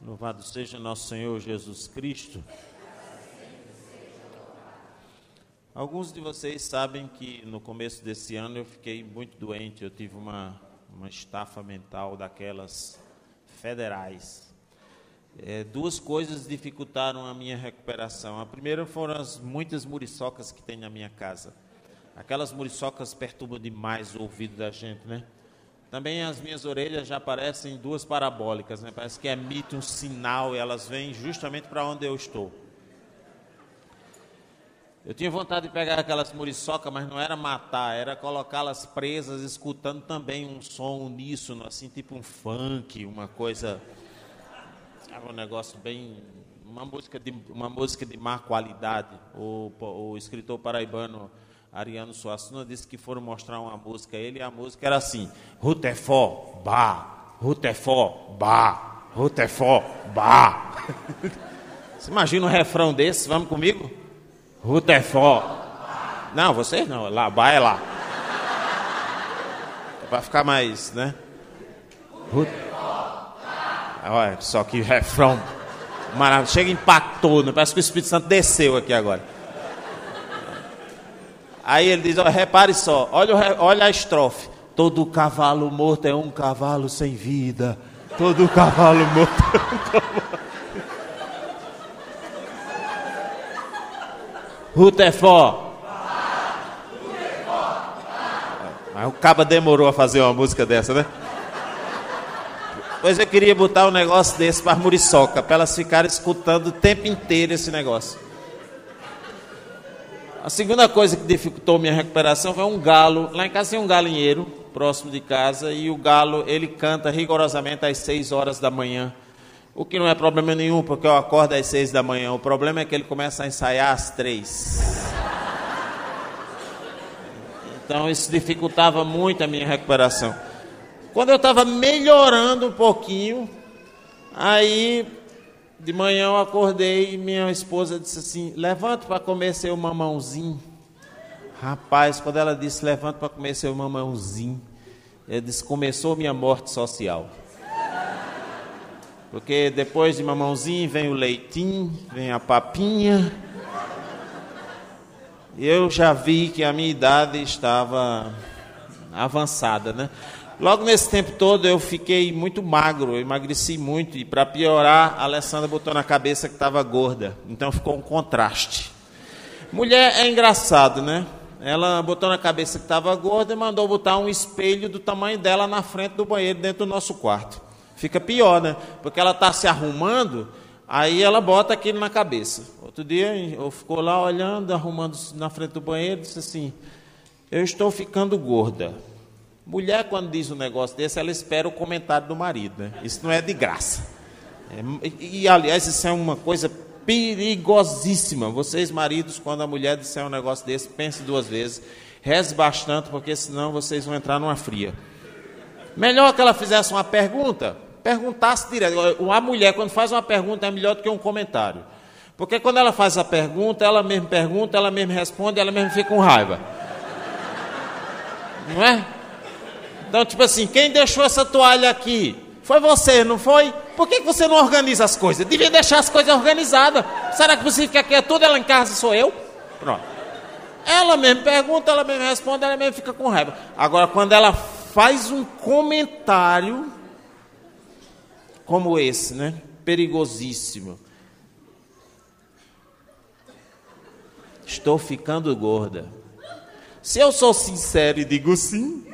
Louvado seja nosso Senhor Jesus Cristo. Alguns de vocês sabem que no começo desse ano eu fiquei muito doente. Eu tive uma estafa mental daquelas federais. Duas coisas dificultaram a minha recuperação. A primeira foram as muitas muriçocas que tem na minha casa. Aquelas muriçocas perturbam demais o ouvido da gente, né? Também as minhas orelhas já parecem duas parabólicas, né? Parece que emite um sinal e elas vêm justamente para onde eu estou. Eu tinha vontade de pegar aquelas muriçocas, mas não era matar, era colocá-las presas, escutando também um som uníssono, assim, tipo um funk, uma coisa... um negócio bem... Uma música de má qualidade. O escritor paraibano Ariano Suassuna disse que foram mostrar uma música a ele, e a música era assim: Rutefó, Bá, Rutefó, Bá, Rutefó, Bá. Você imagina um refrão desse? Vamos comigo? Rutefó. Não, vocês não, lá, Bá é lá. Vai ficar mais, né? Olha, só que refrão maravilhoso. Chega, impactou, né? Parece que o Espírito Santo desceu aqui agora. Aí ele diz, ó, repare só, olha a estrofe. Todo cavalo morto é um cavalo sem vida. Todo cavalo morto é um cavalo... Rutefó. Mas o caba demorou a fazer uma música dessa, né? Pois eu queria botar um negócio desse para as muriçoca, para elas ficarem escutando o tempo inteiro esse negócio. A segunda coisa que dificultou minha recuperação foi um galo. Lá em casa tem um galinheiro, próximo de casa, e o galo, ele canta rigorosamente às 6 horas da manhã. O que não é problema nenhum, porque eu acordo às 6 da manhã. O problema é que ele começa a ensaiar às 3. Então isso dificultava muito a minha recuperação. Quando eu estava melhorando um pouquinho, aí... De manhã eu acordei e minha esposa disse assim, levanta para comer seu mamãozinho. Rapaz, quando ela disse, levanta para comer seu mamãozinho, eu disse, começou minha morte social. Porque depois de mamãozinho vem o leitinho, vem a papinha. E eu já vi que a minha idade estava avançada, né? Logo nesse tempo todo eu fiquei muito magro, eu emagreci muito. E para piorar, a Alessandra botou na cabeça que estava gorda. Então ficou um contraste. Mulher é engraçado, né? Ela botou na cabeça que estava gorda e mandou botar um espelho do tamanho dela na frente do banheiro, dentro do nosso quarto. Fica pior, né? Porque ela está se arrumando, aí ela bota aquilo na cabeça. Outro dia eu ficou lá olhando, arrumando na frente do banheiro, disse assim, eu estou ficando gorda. Mulher, quando diz um negócio desse, ela espera o comentário do marido, né? Isso não é de graça. Aliás, isso é uma coisa perigosíssima. Vocês, maridos, quando a mulher disser um negócio desse, pense 2 vezes. Reze bastante, porque senão vocês vão entrar numa fria. Melhor que ela fizesse uma pergunta, perguntasse direto. A mulher, quando faz uma pergunta, é melhor do que um comentário. Porque quando ela faz a pergunta, ela mesma responde, ela mesma fica com raiva. Não é? Então, tipo assim, quem deixou essa toalha aqui? Foi você, não foi? Por que você não organiza as coisas? Devia deixar as coisas organizadas. Será que você fica aqui é tudo, ela em casa sou eu? Pronto. Ela mesma pergunta, ela mesma responde, ela mesma fica com raiva. Agora, quando ela faz um comentário como esse, né? Perigosíssimo. Estou ficando gorda. Se eu sou sincero e digo sim...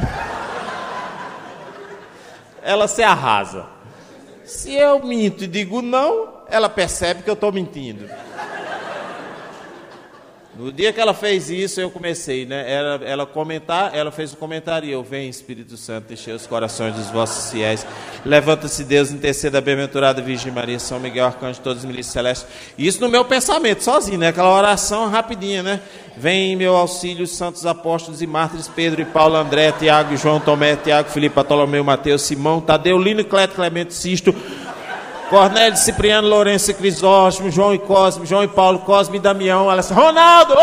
ela se arrasa. Se eu minto e digo não, ela percebe que eu estou mentindo. No dia que ela fez isso, eu comecei, né? Ela fez um comentário e eu, vem Espírito Santo, encher os corações dos vossos fiéis. Levanta-se Deus, interceda a bem-aventurada Virgem Maria, São Miguel, Arcanjo, todos os milícios celestes. Isso no meu pensamento, sozinho, né? Aquela oração rapidinha, né? Vem em meu auxílio, santos apóstolos e mártires, Pedro e Paulo, André, Tiago, João, Tomé, Tiago, Filipe, Bartolomeu, Mateus, Simão, Tadeu, Lino, Cleto, Clemente, Sisto, Cornélio, Cipriano, Lourenço e Crisóstomo, João e Cosme, João e Paulo, Cosme e Damião, Alessandro, Ronaldo!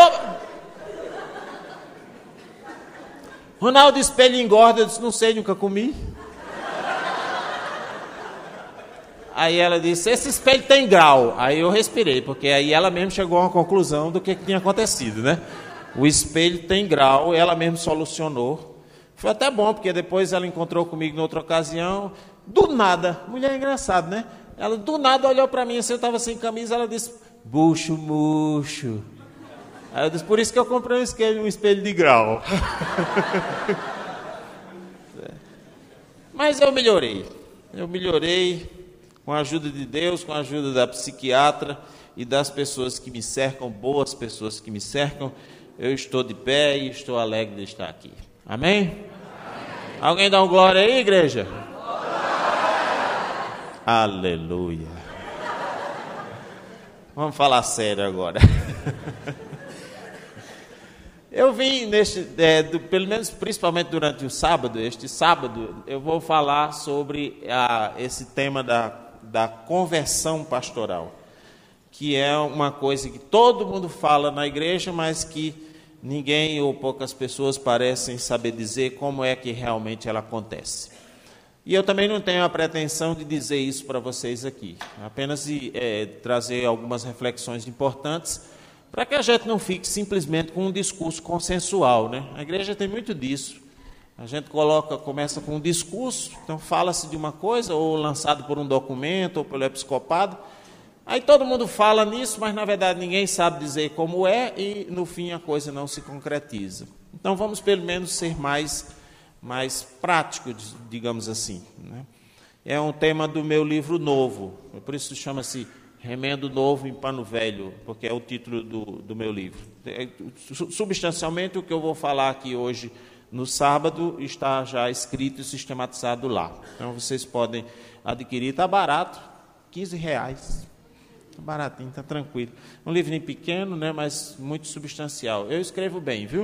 Ronaldo, espelho engorda, eu disse, não sei, nunca comi. Aí ela disse, esse espelho tem grau. Aí eu respirei, porque aí ela mesmo chegou a uma conclusão do que tinha acontecido, né? O espelho tem grau, ela mesmo solucionou. Foi até bom, porque depois ela encontrou comigo em outra ocasião, do nada, mulher engraçada, né? Ela do nada olhou para mim, assim, eu estava sem camisa, ela disse, bucho murcho. Aí eu disse, por isso que eu comprei um espelho de grau. Mas eu melhorei com a ajuda de Deus, com a ajuda da psiquiatra e das pessoas que me cercam, boas pessoas que me cercam. Eu estou de pé e estou alegre de estar aqui. Amém? Amém. Alguém dá um glória aí, igreja? Glória. Aleluia. Vamos falar sério agora. Eu vim pelo menos principalmente durante o sábado, este sábado, eu vou falar sobre esse tema da conversão pastoral, que é uma coisa que todo mundo fala na igreja, mas que ninguém ou poucas pessoas parecem saber dizer como é que realmente ela acontece. E eu também não tenho a pretensão de dizer isso para vocês aqui, apenas trazer algumas reflexões importantes, para que a gente não fique simplesmente com um discurso consensual, né? A igreja tem muito disso. A gente começa com um discurso, então fala-se de uma coisa, ou lançado por um documento, ou pelo episcopado. Aí todo mundo fala nisso, mas na verdade ninguém sabe dizer como é, e no fim a coisa não se concretiza. Então vamos pelo menos ser mais práticos, digamos assim, né? É um tema do meu livro novo, por isso chama-se Remendo Novo em Pano Velho, porque é o título do meu livro. Substancialmente, o que eu vou falar aqui hoje, no sábado, está já escrito e sistematizado lá. Então, vocês podem adquirir, está barato, R$15. Está baratinho, está tranquilo. Um livrinho pequeno, né, mas muito substancial. Eu escrevo bem, viu?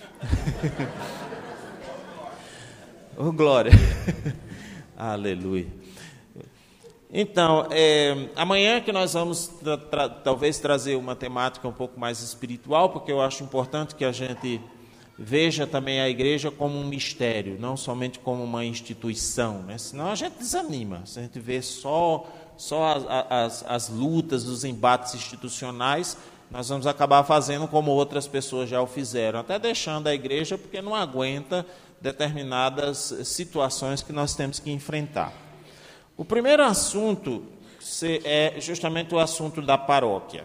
Oh, glória! Aleluia! Então, amanhã que nós vamos talvez trazer uma temática um pouco mais espiritual, porque eu acho importante que a gente veja também a igreja como um mistério, não somente como uma instituição, né? Senão a gente desanima, se a gente vê só as lutas, os embates institucionais, nós vamos acabar fazendo como outras pessoas já o fizeram, até deixando a igreja porque não aguenta determinadas situações que nós temos que enfrentar. O primeiro assunto é justamente o assunto da paróquia.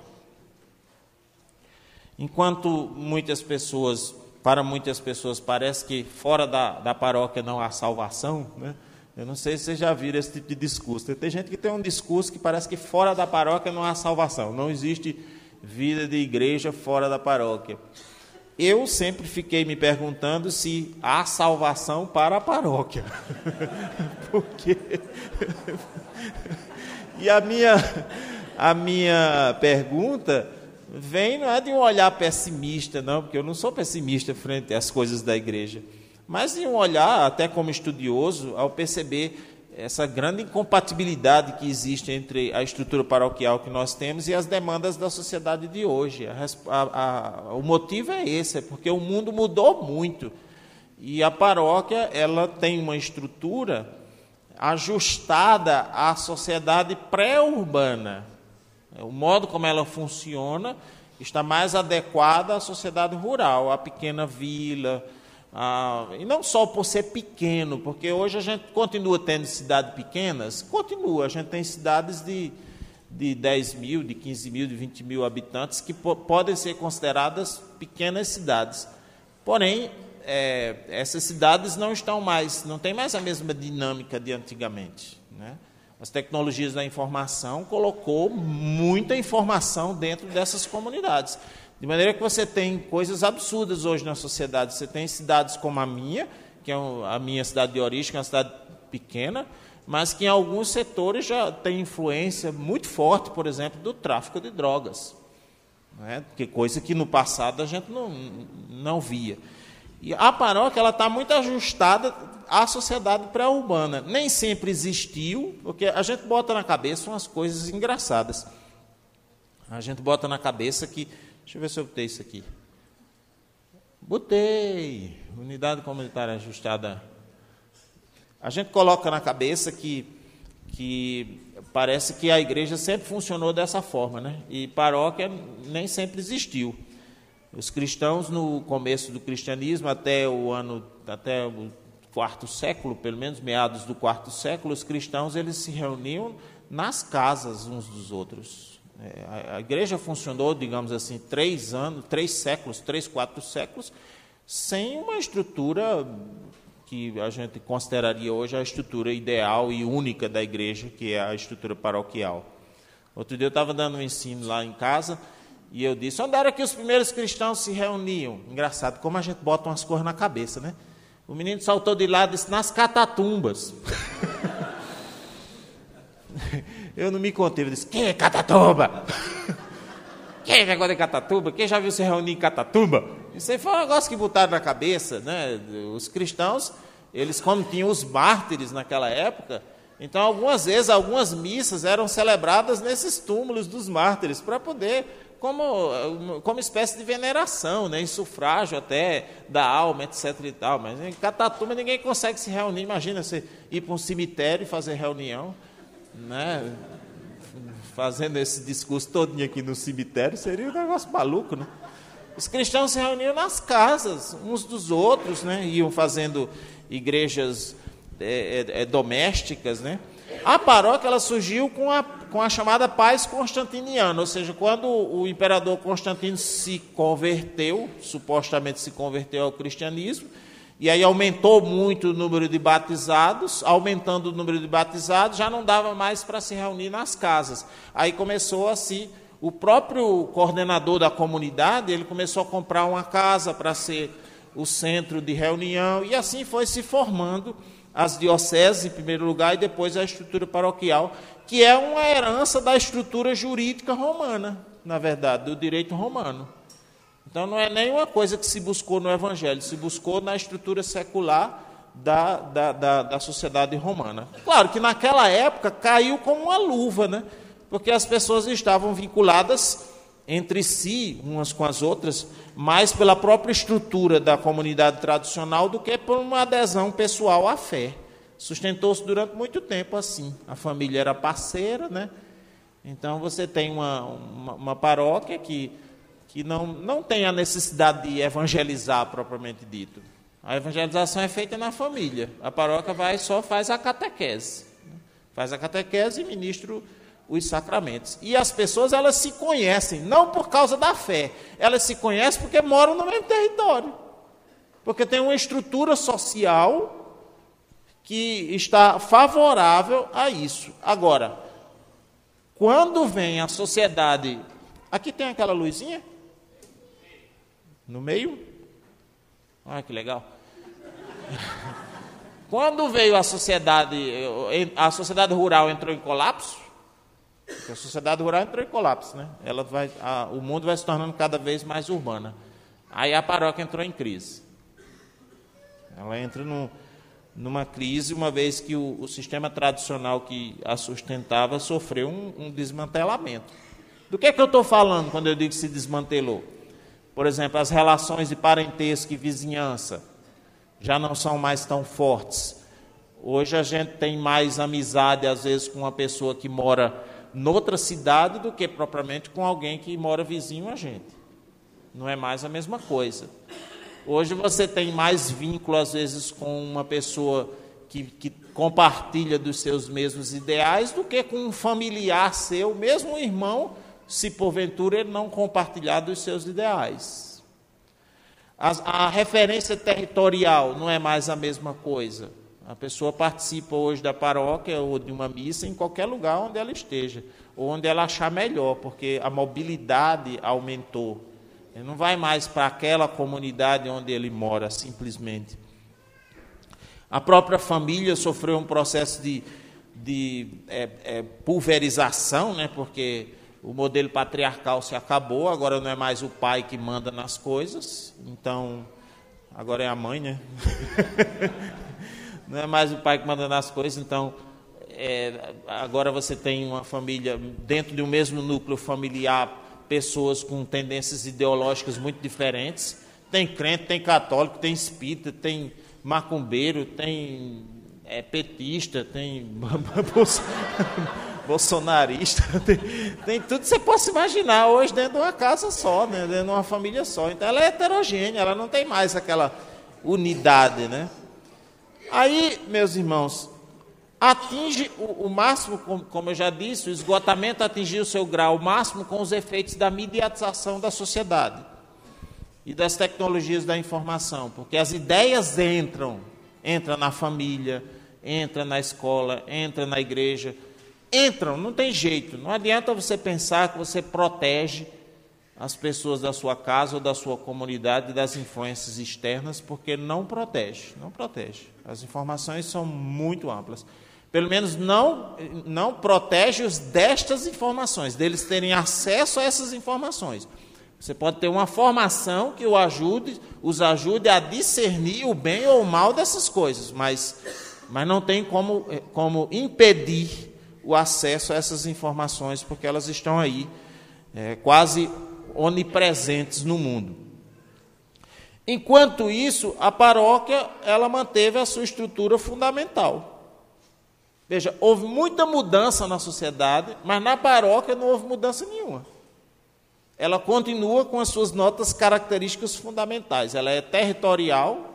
Enquanto para muitas pessoas parece que fora da paróquia não há salvação, né? Eu não sei se vocês já viram esse tipo de discurso. Tem gente que tem um discurso que parece que fora da paróquia não há salvação, não existe vida de igreja fora da paróquia. Eu sempre fiquei me perguntando se há salvação para a paróquia. Porque... E a minha pergunta vem, não é de um olhar pessimista, não, porque eu não sou pessimista frente às coisas da igreja, mas de um olhar, até como estudioso, ao perceber essa grande incompatibilidade que existe entre a estrutura paroquial que nós temos e as demandas da sociedade de hoje. O motivo é esse, é porque o mundo mudou muito e a paróquia ela tem uma estrutura ajustada à sociedade pré-urbana. O modo como ela funciona está mais adequada à sociedade rural, à pequena vila. E não só por ser pequeno, porque hoje a gente continua tendo cidades pequenas, a gente tem cidades de 10 mil, de 15 mil, de 20 mil habitantes, que podem ser consideradas pequenas cidades. Porém, essas cidades não têm mais a mesma dinâmica de antigamente, né? As tecnologias da informação colocou muita informação dentro dessas comunidades. De maneira que você tem coisas absurdas hoje na sociedade. Você tem cidades como a minha, que é a minha cidade de origem, que é uma cidade pequena, mas que em alguns setores já tem influência muito forte, por exemplo, do tráfico de drogas, né? Que coisa que no passado a gente não via. E a paróquia está muito ajustada à sociedade pré-urbana. Nem sempre existiu, porque a gente bota na cabeça umas coisas engraçadas. A gente bota na cabeça que... Deixa eu ver se eu botei isso aqui. Botei. Unidade comunitária ajustada. A gente coloca na cabeça que parece que a igreja sempre funcionou dessa forma, né? E paróquia nem sempre existiu. Os cristãos, no começo do cristianismo, até o quarto século, pelo menos meados do quarto século, os cristãos eles se reuniam nas casas uns dos outros. A igreja funcionou, digamos assim, 3 séculos, 3, 4 séculos, sem uma estrutura que a gente consideraria hoje a estrutura ideal e única da igreja, que é a estrutura paroquial. Outro dia eu estava dando um ensino lá em casa e eu disse, onde era que os primeiros cristãos se reuniam? Engraçado, como a gente bota umas coisas na cabeça, né? O menino saltou de lado e disse, nas catatumbas. Eu não me contei, eu disse, quem é Catatumba? Quem é negócio de Catatumba? Quem já viu se reunir em Catatumba? Isso aí foi um negócio que botaram na cabeça, né? Os cristãos, eles como tinham os mártires naquela época, então algumas vezes, algumas missas eram celebradas nesses túmulos dos mártires, para poder, como espécie de veneração, né? Em sufrágio até da alma, etc. e tal. Mas em Catatumba ninguém consegue se reunir. Imagina você ir para um cemitério e fazer reunião, né? Fazendo esse discurso todinho aqui no cemitério, seria um negócio maluco, né? Os cristãos se reuniam nas casas, uns dos outros, né? Iam fazendo igrejas domésticas, né? A paróquia ela surgiu com a chamada paz constantiniana, ou seja, quando o imperador Constantino se converteu, supostamente se converteu ao cristianismo, e aí aumentou muito o número de batizados, aumentando o número de batizados, já não dava mais para se reunir nas casas. Aí começou assim, o próprio coordenador da comunidade, ele começou a comprar uma casa para ser o centro de reunião, e assim foi se formando as dioceses, em primeiro lugar, e depois a estrutura paroquial, que é uma herança da estrutura jurídica romana, na verdade, do direito romano. Então, não é nenhuma coisa que se buscou no Evangelho, se buscou na estrutura secular da sociedade romana. Claro que naquela época caiu como uma luva, né? Porque as pessoas estavam vinculadas entre si, umas com as outras, mais pela própria estrutura da comunidade tradicional do que por uma adesão pessoal à fé. Sustentou-se durante muito tempo assim. A família era parceira, né? Então, você tem uma paróquia que não tem a necessidade de evangelizar, propriamente dito. A evangelização é feita na família. A paróquia só faz a catequese. Faz a catequese e ministra os sacramentos. E as pessoas, elas se conhecem, não por causa da fé. Elas se conhecem porque moram no mesmo território. Porque tem uma estrutura social que está favorável a isso. Agora, quando vem a sociedade... Aqui tem aquela luzinha? No meio? Olha que legal. Quando veio a sociedade rural entrou em colapso, porque a sociedade rural entrou em colapso, né? O mundo vai se tornando cada vez mais urbana. Aí a paróquia entrou em crise. Ela entra numa crise, uma vez que o sistema tradicional que a sustentava sofreu um desmantelamento. Do que eu estou falando quando eu digo que se desmantelou? Por exemplo, as relações de parentesco e vizinhança já não são mais tão fortes. Hoje a gente tem mais amizade, às vezes, com uma pessoa que mora noutra cidade do que propriamente com alguém que mora vizinho a gente. Não é mais a mesma coisa. Hoje você tem mais vínculo, às vezes, com uma pessoa que compartilha dos seus mesmos ideais do que com um familiar seu, mesmo um irmão, se porventura ele não compartilhar dos seus ideais. A referência territorial não é mais a mesma coisa. A pessoa participa hoje da paróquia ou de uma missa em qualquer lugar onde ela esteja, ou onde ela achar melhor, porque a mobilidade aumentou. Ele não vai mais para aquela comunidade onde ele mora, simplesmente. A própria família sofreu um processo de pulverização, né? Porque o modelo patriarcal se acabou, agora não é mais o pai que manda nas coisas, então, agora é a mãe, né? Não é mais o pai que manda nas coisas, então, agora você tem uma família, dentro de um mesmo núcleo familiar, pessoas com tendências ideológicas muito diferentes. Tem crente, tem católico, tem espírita, tem macumbeiro, tem petista, tem bolsonarista, tem tudo que você possa imaginar hoje dentro de uma casa só, né? Dentro de uma família só. Então ela é heterogênea, ela não tem mais aquela unidade, né? Aí, meus irmãos, atinge o máximo, como eu já disse, o esgotamento atingiu o seu grau máximo com os efeitos da mediatização da sociedade e das tecnologias da informação, porque as ideias entram na família, entra na escola, entra na igreja, entram, não tem jeito. Não adianta você pensar que você protege as pessoas da sua casa ou da sua comunidade das influências externas, porque não protege. As informações são muito amplas. Pelo menos não protege-os destas informações, deles terem acesso a essas informações. Você pode ter uma formação que os ajude a discernir o bem ou o mal dessas coisas, mas não tem como impedir o acesso a essas informações, porque elas estão aí, quase onipresentes no mundo. Enquanto isso, a paróquia ela manteve a sua estrutura fundamental. Veja, houve muita mudança na sociedade, mas na paróquia não houve mudança nenhuma. Ela continua com as suas notas características fundamentais. Ela é territorial,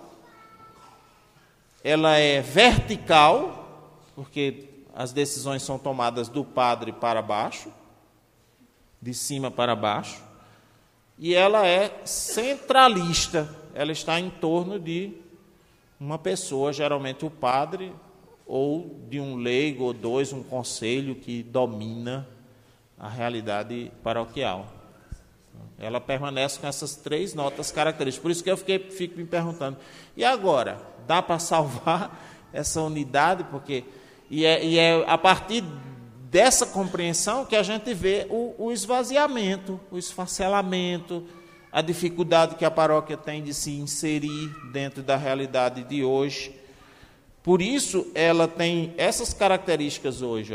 ela é vertical, porque as decisões são tomadas do padre para baixo, de cima para baixo, e ela é centralista. Ela está em torno de uma pessoa, geralmente o padre, ou de um leigo ou dois, um conselho que domina a realidade paroquial. Ela permanece com essas três notas características. Por isso que eu fico me perguntando, e agora? Dá para salvar essa unidade? Porque, é a partir dessa compreensão que a gente vê o esvaziamento, o esfacelamento, a dificuldade que a paróquia tem de se inserir dentro da realidade de hoje. Por isso, ela tem essas características hoje.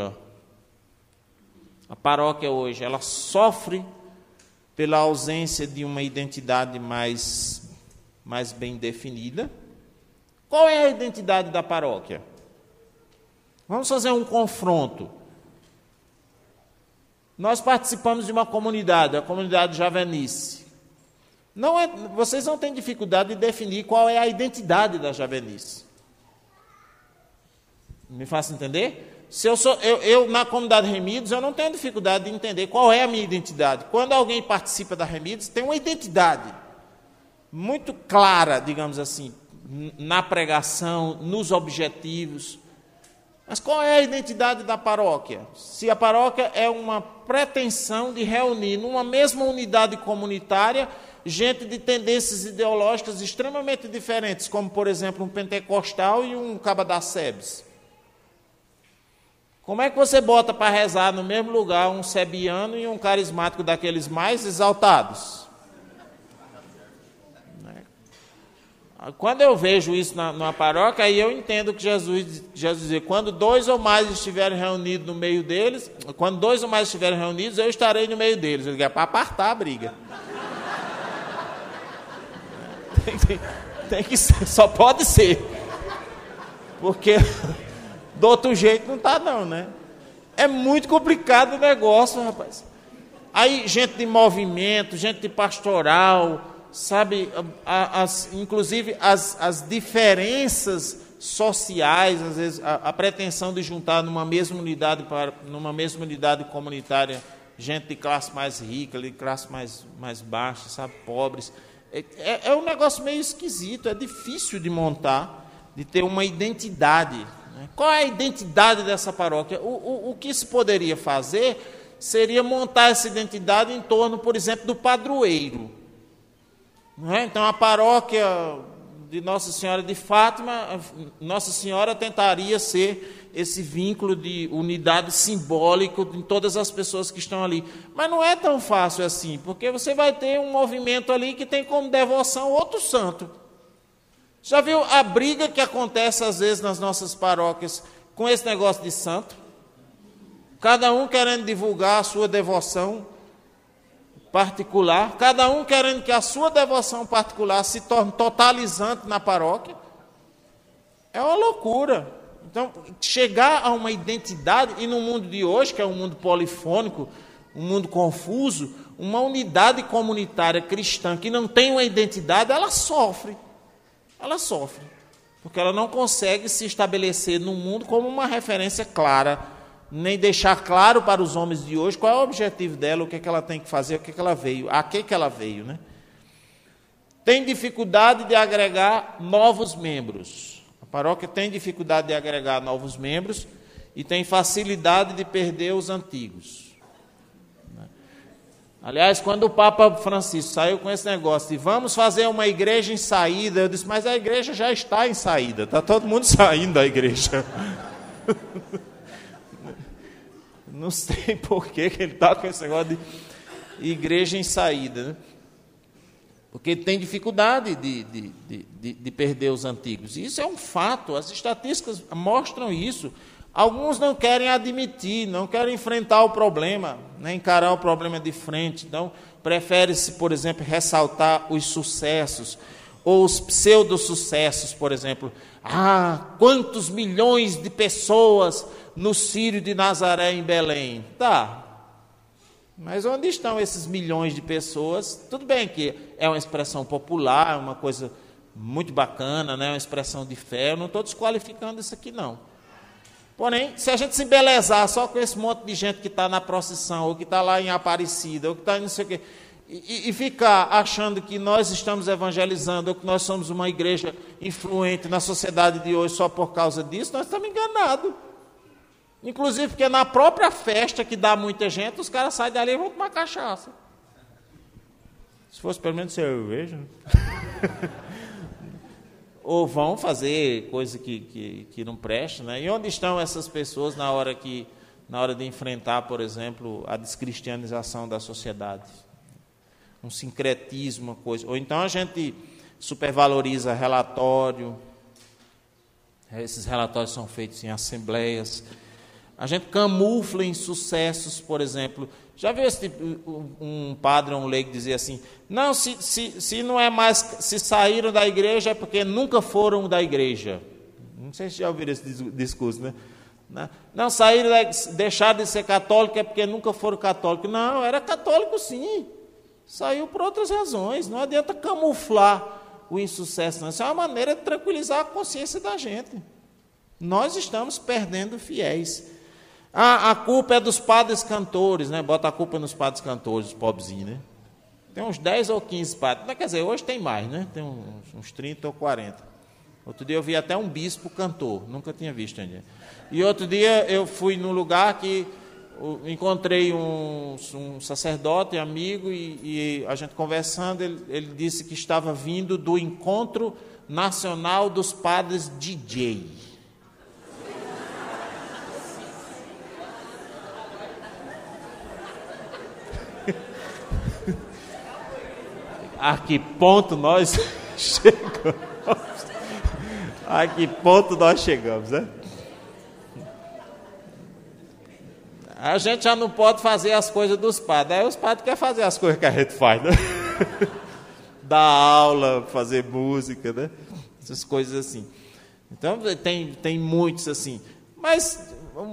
A paróquia hoje, ela sofre pela ausência de uma identidade mais bem definida. Qual é a identidade da paróquia? Vamos fazer um confronto. Nós participamos de uma comunidade, a comunidade Javenice. Vocês não têm dificuldade de definir qual é a identidade da Javenice. Me faça entender? Se eu na comunidade Remidos, eu não tenho dificuldade de entender qual é a minha identidade. Quando alguém participa da Remidos, tem uma identidade muito clara, digamos assim, na pregação, nos objetivos. Mas qual é a identidade da paróquia? Se a paróquia é uma pretensão de reunir numa mesma unidade comunitária gente de tendências ideológicas extremamente diferentes, como, por exemplo, um pentecostal e um caba da Sebes. Como é que você bota para rezar no mesmo lugar um sebiano e um carismático daqueles mais exaltados? Quando eu vejo isso numa paróquia, aí eu entendo que Jesus dizia, quando dois ou mais estiverem reunidos no meio deles, quando dois ou mais estiverem reunidos, eu estarei no meio deles. Ele é para apartar a briga. Tem que ser, só pode ser. Porque do outro jeito não está não, né? É muito complicado o negócio, rapaz. Aí gente de movimento, gente de pastoral, sabe, inclusive as diferenças sociais, às vezes a pretensão de juntar numa mesma unidade comunitária, gente de classe mais rica, de classe mais baixa, sabe, pobres. É um negócio meio esquisito, é difícil de montar, de ter uma identidade. Qual é a identidade dessa paróquia? O que se poderia fazer seria montar essa identidade em torno, por exemplo, do padroeiro. Não é? Então, a paróquia de Nossa Senhora de Fátima, Nossa Senhora tentaria ser esse vínculo de unidade simbólico de todas as pessoas que estão ali. Mas não é tão fácil assim, porque você vai ter um movimento ali que tem como devoção outro santo. Já viu a briga que acontece às vezes nas nossas paróquias com esse negócio de santo? Cada um querendo divulgar a sua devoção particular, cada um querendo que a sua devoção particular se torne totalizante na paróquia. É uma loucura, Então, chegar a uma identidade, e no mundo de hoje, que é um mundo polifônico, um mundo confuso, uma unidade comunitária cristã que não tem uma identidade, ela sofre. Ela sofre. Porque ela não consegue se estabelecer no mundo como uma referência clara, nem deixar claro para os homens de hoje qual é o objetivo dela, o que é que ela tem que fazer, o que é que ela veio, a que ela veio, né? Tem dificuldade de agregar novos membros. A paróquia tem dificuldade de agregar novos membros e tem facilidade de perder os antigos. Aliás, quando o Papa Francisco saiu com esse negócio de vamos fazer uma igreja em saída, eu disse, mas a igreja já está em saída, está todo mundo saindo da igreja. Não sei por que ele está com esse negócio de igreja em saída, né? Porque tem dificuldade de perder os antigos. Isso é um fato, as estatísticas mostram isso. Alguns não querem admitir, não querem enfrentar o problema, né, encarar o problema de frente. Então, prefere-se, por exemplo, ressaltar os sucessos, ou os pseudo-sucessos, por exemplo. Quantos milhões de pessoas no Círio de Nazaré, em Belém? Tá, mas onde estão esses milhões de pessoas? Tudo bem que é uma expressão popular, uma coisa muito bacana, né, uma expressão de fé, eu não estou desqualificando isso aqui, não. Porém, se a gente se embelezar só com esse monte de gente que está na procissão, ou que está lá em Aparecida, ou que está em não sei o quê, e ficar achando que nós estamos evangelizando, ou que nós somos uma igreja influente na sociedade de hoje só por causa disso, nós estamos enganados. Inclusive porque na própria festa que dá muita gente, os caras saem dali e vão tomar cachaça. Se fosse pelo menos cerveja. Ou vão fazer coisa que não presta, né? E onde estão essas pessoas na hora de enfrentar, por exemplo, a descristianização da sociedade? Um sincretismo, uma coisa. Ou então a gente supervaloriza relatório, esses relatórios são feitos em assembleias. A gente camufla em sucessos, por exemplo. Já viu esse tipo, um padre ou um leigo dizer assim, não, se não é mais, se saíram da igreja é porque nunca foram da igreja. Não sei se já ouviram esse discurso, né? Não, deixaram de ser católico é porque nunca foram católicos. Não, era católico sim. Saiu por outras razões. Não adianta camuflar o insucesso, não. Isso é uma maneira de tranquilizar a consciência da gente. Nós estamos perdendo fiéis. A culpa é dos padres cantores, né? Bota a culpa nos padres cantores, os pobrezinhos, né? Tem uns 10 ou 15 padres. Não, quer dizer, hoje tem mais, né? Tem uns 30 ou 40. Outro dia eu vi até um bispo cantor. Nunca tinha visto ainda. E outro dia eu fui num lugar que encontrei um sacerdote, amigo, e a gente conversando, ele disse que estava vindo do Encontro Nacional dos Padres DJ. A que ponto nós chegamos? A que ponto nós chegamos, né? A gente já não pode fazer as coisas dos padres. Aí os padres querem fazer as coisas que a gente faz, né? Dar aula, fazer música, né? Essas coisas assim. Então, tem muitos assim. Mas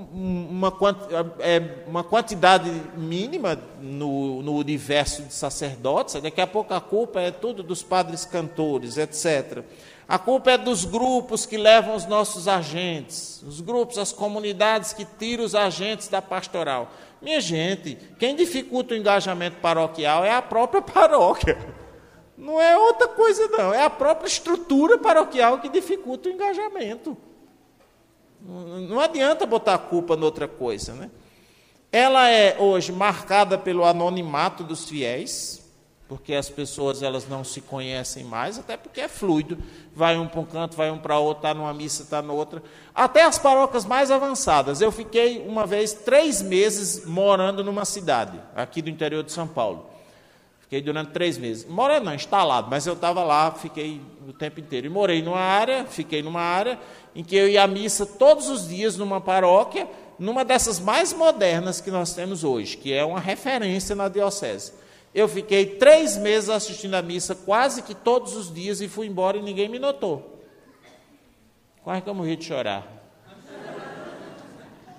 uma quantidade mínima no universo de sacerdotes. Daqui a pouco a culpa é tudo dos padres cantores, etc. A culpa é dos grupos que levam os nossos agentes, os grupos, as comunidades que tiram os agentes da pastoral. Minha gente, quem dificulta o engajamento paroquial é a própria paróquia. Não é outra coisa, não. É a própria estrutura paroquial que dificulta o engajamento. Não adianta botar a culpa noutra coisa, né? Ela é hoje marcada pelo anonimato dos fiéis, porque as pessoas elas não se conhecem mais, até porque é fluido. Vai um para um canto, vai um para outro, está numa missa, está na outra. Até as paróquias mais avançadas. Eu fiquei uma vez 3 meses morando numa cidade, aqui do interior de São Paulo. Fiquei durante 3 meses. Morando não, instalado, mas eu estava lá, fiquei o tempo inteiro. E fiquei numa área em que eu ia à missa todos os dias numa paróquia, numa dessas mais modernas que nós temos hoje, que é uma referência na diocese. Eu fiquei 3 meses assistindo a missa quase que todos os dias e fui embora e ninguém me notou. Quase que eu morri de chorar.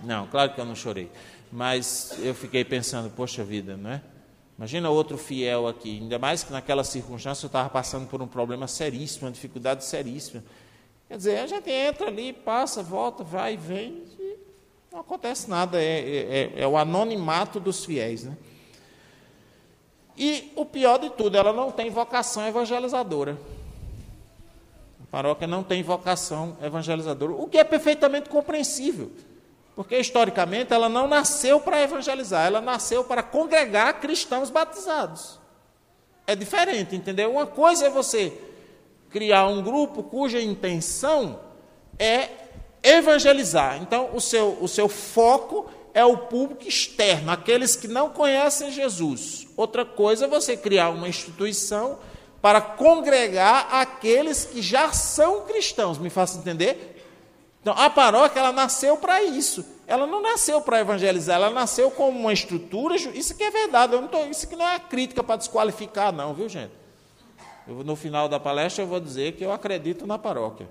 Não, claro que eu não chorei. Mas eu fiquei pensando, poxa vida, não é? Imagina outro fiel aqui, ainda mais que naquela circunstância eu estava passando por um problema seríssimo, uma dificuldade seríssima. Quer dizer, a gente entra ali, passa, volta, vai e vem, e não acontece nada, é o anonimato dos fiéis, né? E o pior de tudo, ela não tem vocação evangelizadora. A paróquia não tem vocação evangelizadora, o que é perfeitamente compreensível. Porque, historicamente, ela não nasceu para evangelizar, ela nasceu para congregar cristãos batizados. É diferente, entendeu? Uma coisa é você criar um grupo cuja intenção é evangelizar. Então, o seu foco é o público externo, aqueles que não conhecem Jesus. Outra coisa é você criar uma instituição para congregar aqueles que já são cristãos. Me faça entender? Então, a paróquia, ela nasceu para isso. Ela não nasceu para evangelizar, ela nasceu como uma estrutura. Isso que é verdade, isso que não é crítica para desqualificar, não, viu, gente? No final da palestra eu vou dizer que eu acredito na paróquia.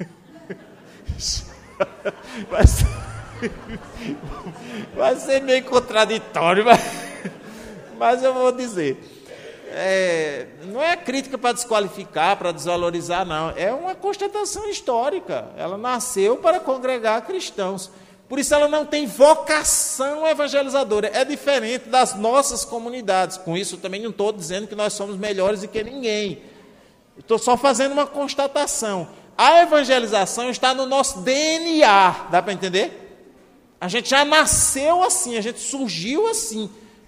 Vai ser meio contraditório, mas eu vou dizer. Não é crítica para desqualificar, para desvalorizar, não. É uma constatação histórica. Ela nasceu para congregar cristãos. Por isso ela não tem vocação evangelizadora. É diferente das nossas comunidades. Com isso eu também não estou dizendo que nós somos melhores do que ninguém. Estou só fazendo uma constatação. A evangelização está no nosso DNA. Dá para entender? A gente já nasceu assim, a gente surgiu assim.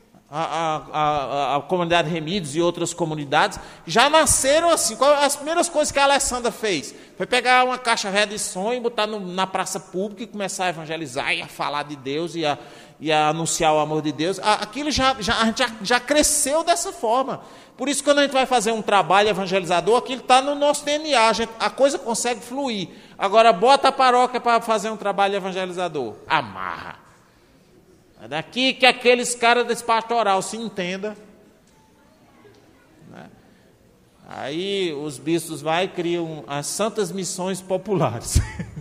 A comunidade Remídios e outras comunidades já nasceram assim. As primeiras coisas que a Alessandra fez foi pegar uma caixa velha de som e botar na praça pública e começar a evangelizar e a falar de Deus e a anunciar o amor de Deus. Aquilo a gente já cresceu dessa forma. Por isso, quando a gente vai fazer um trabalho evangelizador, aquilo está no nosso DNA, a coisa consegue fluir. Agora, bota a paróquia para fazer um trabalho evangelizador. Amarra. É daqui que aqueles caras desse pastoral se entendam. Né? Aí os bispos vão e criam as santas missões populares.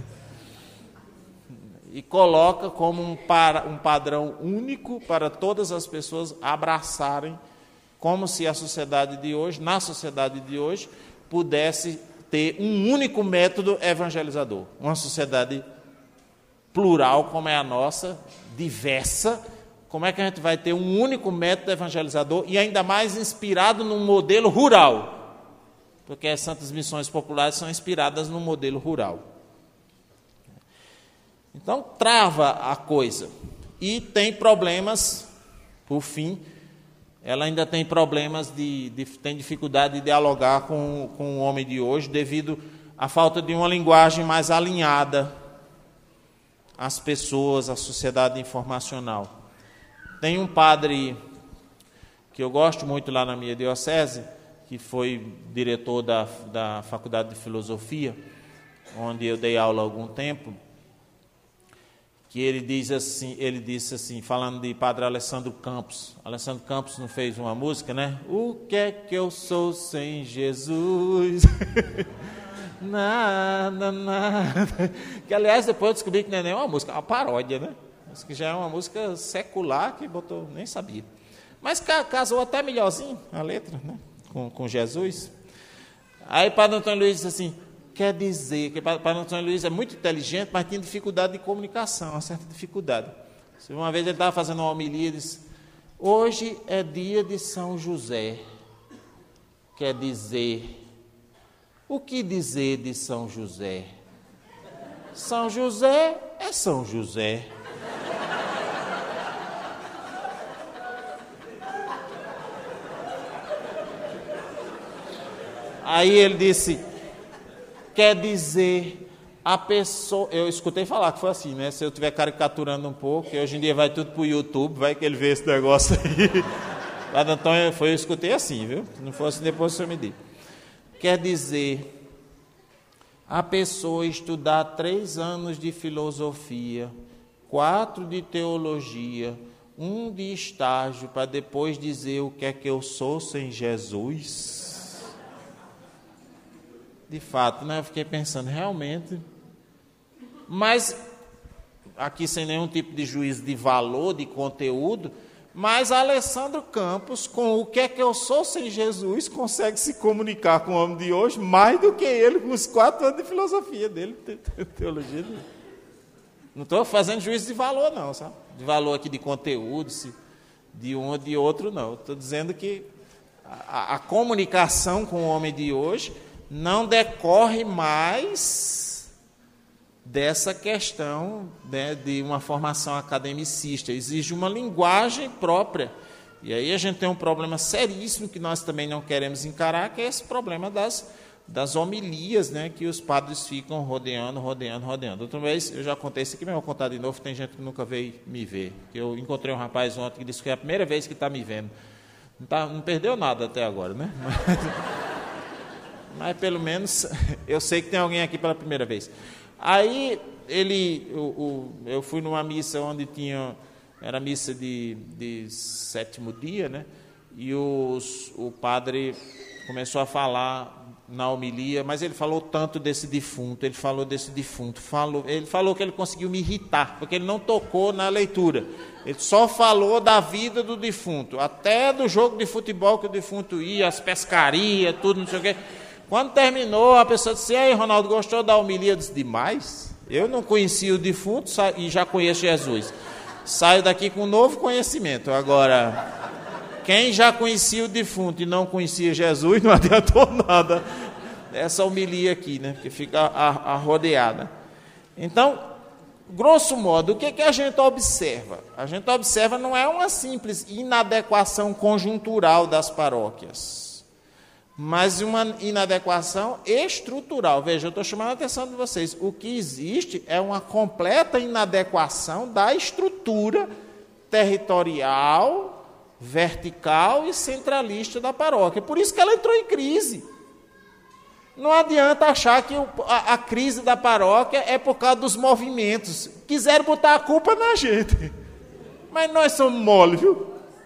E coloca como um padrão único para todas as pessoas abraçarem, como se a sociedade de hoje, na sociedade de hoje, pudesse ter um único método evangelizador. Uma sociedade plural como é a nossa, diversa, como é que a gente vai ter um único método evangelizador e ainda mais inspirado num modelo rural? Porque as santas missões populares são inspiradas no modelo rural. Então, trava a coisa. E tem problemas, por fim, ela ainda tem problemas, tem dificuldade de dialogar com o homem de hoje, devido à falta de uma linguagem mais alinhada às pessoas, à sociedade informacional. Tem um padre que eu gosto muito lá na minha diocese, que foi diretor da Faculdade de Filosofia, onde eu dei aula há algum tempo, que ele disse assim, falando de Padre Alessandro Campos. Alessandro Campos não fez uma música, né? O que é que eu sou sem Jesus? Nada. Que, aliás, depois eu descobri que não é nem uma música, é uma paródia, né? Isso que já é uma música secular que botou, nem sabia. Mas casou até melhorzinho a letra, né? Com Jesus. Aí Padre Antônio Luiz disse assim, quer dizer que Padre Antônio Luiz é muito inteligente, mas tinha dificuldade de comunicação, uma certa dificuldade. Uma vez ele estava fazendo uma homilia e disse, hoje é dia de São José. Quer dizer, o que dizer de São José? São José é São José. Aí ele disse, quer dizer, a pessoa... Eu escutei falar que foi assim, né? Se eu estiver caricaturando um pouco, que hoje em dia vai tudo para o YouTube, vai que ele vê esse negócio aí. Então eu escutei assim, viu? Se não fosse depois você me diz. Quer dizer, a pessoa estudar 3 anos de filosofia, 4 de teologia, 1 de estágio, para depois dizer o que é que eu sou sem Jesus... De fato, né? Eu fiquei pensando, realmente. Mas aqui sem nenhum tipo de juízo de valor, de conteúdo, mas Alessandro Campos, com o que é que eu sou sem Jesus, consegue se comunicar com o homem de hoje mais do que ele com os 4 anos de filosofia dele, teologia dele. Não estou fazendo juízo de valor, não, sabe? De valor aqui de conteúdo, de um ou de outro, não. Estou dizendo que a comunicação com o homem de hoje não decorre mais dessa questão, né, de uma formação academicista. Exige uma linguagem própria. E aí a gente tem um problema seríssimo que nós também não queremos encarar, que é esse problema das homilias, né, que os padres ficam rodeando. Outra vez, eu já contei isso aqui, mas eu vou contar de novo, tem gente que nunca veio me ver. Eu encontrei um rapaz ontem que disse que é a primeira vez que está me vendo. Não perdeu nada até agora, né? Mas pelo menos eu sei que tem alguém aqui pela primeira vez. Aí eu fui numa missa onde era missa de 7º dia, né? E o padre começou a falar na homilia, mas ele falou tanto desse defunto, ele falou que ele conseguiu me irritar, porque ele não tocou na leitura, ele só falou da vida do defunto, até do jogo de futebol que o defunto ia, as pescarias, tudo, não sei o quê. Quando terminou, a pessoa disse: "E aí, Ronaldo, gostou da homilia?" Eu disse: "Demais. Eu não conhecia o defunto e já conheço Jesus. Saio daqui com um novo conhecimento. Agora, quem já conhecia o defunto e não conhecia Jesus, não adiantou nada essa homilia aqui, né? Porque fica arrodeada." Então, grosso modo, o que a gente observa? A gente observa não é uma simples inadequação conjuntural das paróquias, mas uma inadequação estrutural. Veja, eu estou chamando a atenção de vocês. O que existe é uma completa inadequação da estrutura territorial, vertical e centralista da paróquia. Por isso que ela entrou em crise. Não adianta achar que a crise da paróquia é por causa dos movimentos. Quiseram botar a culpa na gente. Mas nós somos mole, viu?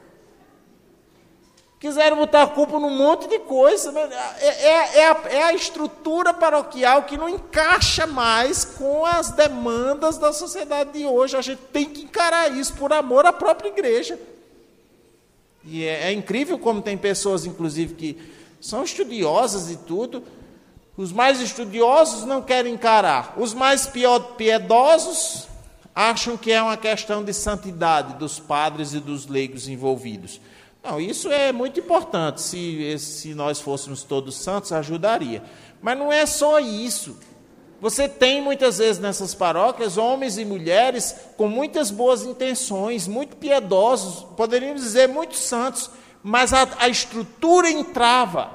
Quiseram botar a culpa num monte de coisa. É a estrutura paroquial que não encaixa mais com as demandas da sociedade de hoje. A gente tem que encarar isso por amor à própria igreja. E é incrível como tem pessoas, inclusive, que são estudiosas e tudo. Os mais estudiosos não querem encarar. Os mais piedosos acham que é uma questão de santidade dos padres e dos leigos envolvidos. Não, isso é muito importante. Se nós fôssemos todos santos, ajudaria. Mas não é só isso. Você tem muitas vezes nessas paróquias homens e mulheres com muitas boas intenções, muito piedosos, poderíamos dizer muito santos, mas a estrutura entrava.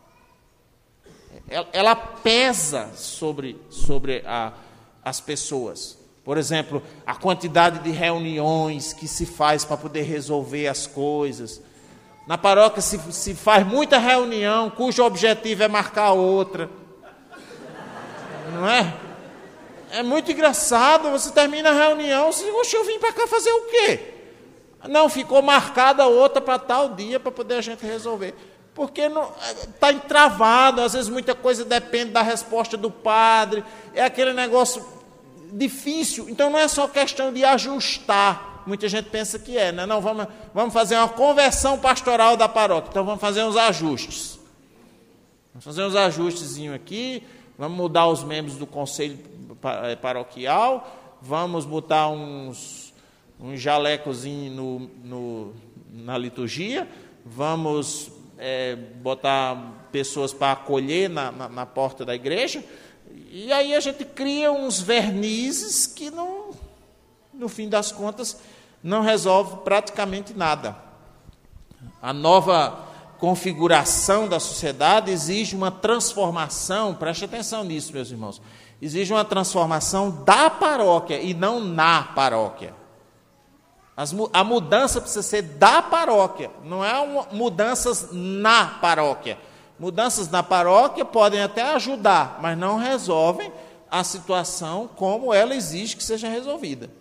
Ela pesa sobre as pessoas. Por exemplo, a quantidade de reuniões que se faz para poder resolver as coisas. Na paróquia se faz muita reunião, cujo objetivo é marcar outra. Não é? É muito engraçado, você termina a reunião, você diz: "Eu vim para cá fazer o quê?" Não, ficou marcada outra para tal dia, para poder a gente resolver. Porque está entravado, às vezes muita coisa depende da resposta do padre, é aquele negócio difícil. Então não é só questão de ajustar, muita gente pensa que é, né? Não, vamos fazer uma conversão pastoral da paróquia, então vamos fazer uns ajustes. Vamos fazer uns ajustezinhos aqui, vamos mudar os membros do conselho paroquial, vamos botar uns jalecozinhos na liturgia, vamos botar pessoas para acolher na porta da igreja, e aí a gente cria uns vernizes que, no fim das contas, não resolve praticamente nada. A nova configuração da sociedade exige uma transformação, preste atenção nisso, meus irmãos, exige uma transformação da paróquia e não na paróquia. A mudança precisa ser da paróquia, não é mudanças na paróquia. Mudanças na paróquia podem até ajudar, mas não resolvem a situação como ela exige que seja resolvida.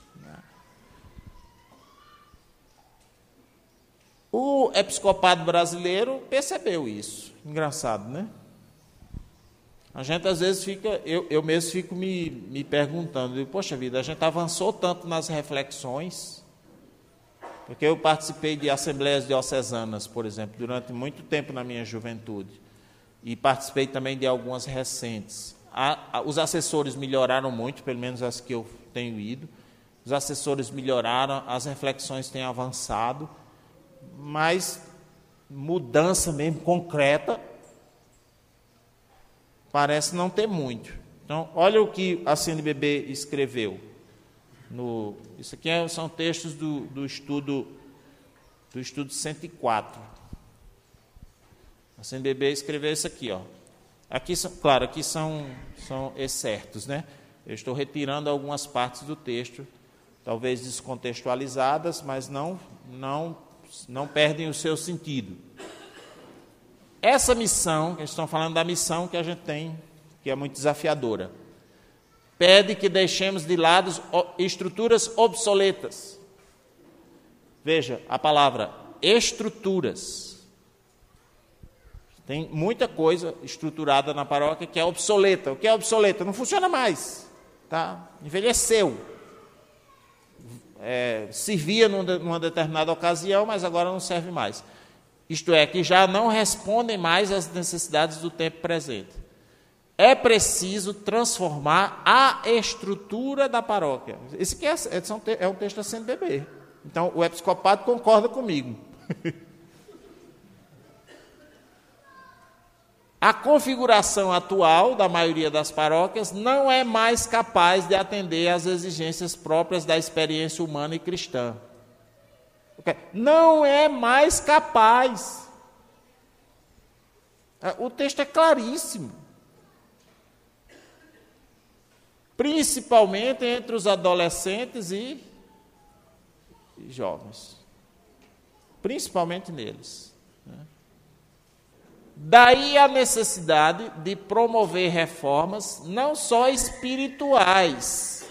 O episcopado brasileiro percebeu isso. Engraçado, né? A gente às vezes fica, eu mesmo fico me perguntando, poxa vida, a gente avançou tanto nas reflexões, porque eu participei de assembleias diocesanas, por exemplo, durante muito tempo na minha juventude, e participei também de algumas recentes. Os assessores melhoraram muito, pelo menos as que eu tenho ido, os assessores melhoraram, as reflexões têm avançado, mas mudança mesmo concreta parece não ter muito. Então, olha o que a CNBB escreveu. Isso aqui são textos do estudo 104. A CNBB escreveu isso aqui, ó. Aqui são excertos, né? Eu estou retirando algumas partes do texto, talvez descontextualizadas, mas não perdem o seu sentido. Essa missão, eles estão falando da missão que a gente tem, que é muito desafiadora, pede que deixemos de lado estruturas obsoletas. Veja a palavra estruturas. Tem muita coisa estruturada na paróquia que é obsoleta. O que é obsoleta? Não funciona mais. Tá? Envelheceu. Servia numa determinada ocasião, mas agora não serve mais. Isto é, que já não respondem mais às necessidades do tempo presente. É preciso transformar a estrutura da paróquia. Esse aqui é um texto da CNBB. Então, o episcopado concorda comigo. A configuração atual da maioria das paróquias não é mais capaz de atender às exigências próprias da experiência humana e cristã. Não é mais capaz. O texto é claríssimo. Principalmente entre os adolescentes e jovens. Principalmente neles. Daí a necessidade de promover reformas não só espirituais,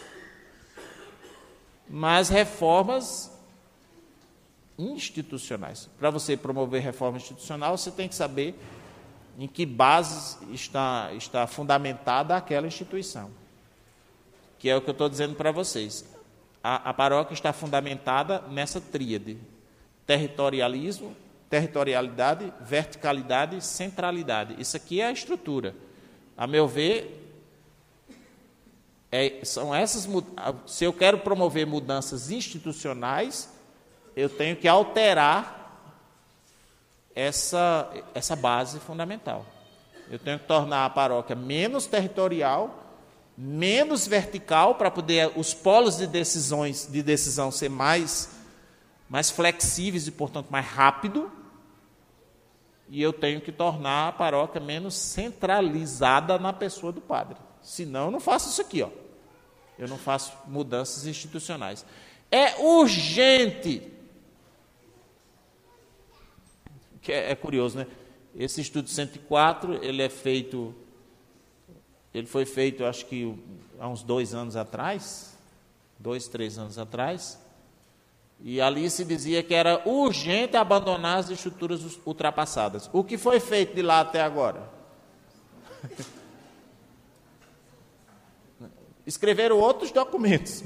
mas reformas institucionais. Para você promover reforma institucional, você tem que saber em que bases está fundamentada aquela instituição. Que é o que eu estou dizendo para vocês. A paróquia está fundamentada nessa tríade: territorialismo, territorialidade, verticalidade e centralidade. Isso aqui é a estrutura. A meu ver, são essas. Se eu quero promover mudanças institucionais, eu tenho que alterar essa base fundamental. Eu tenho que tornar a paróquia menos territorial, menos vertical, para poder os polos de decisão ser mais flexíveis e, portanto, mais rápido. E eu tenho que tornar a paróquia menos centralizada na pessoa do padre. Senão, eu não faço isso aqui, ó. Eu não faço mudanças institucionais. É urgente. Que é curioso, né? Esse estudo 104, ele foi feito, acho que há uns 2 anos atrás, 2, 3 anos atrás, e ali se dizia que era urgente abandonar as estruturas ultrapassadas. O que foi feito de lá até agora? Escreveram outros documentos.